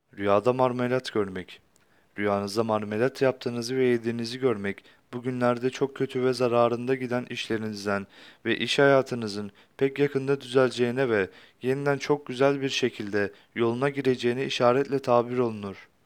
Rüyada marmelat görmek. Rüyanızda marmelat yaptığınızı ve yediğinizi görmek, bugünlerde çok kötü ve zararında giden işlerinizden ve iş hayatınızın pek yakında düzeleceğine ve yeniden çok güzel bir şekilde yoluna gireceğine işaretle tabir olunur.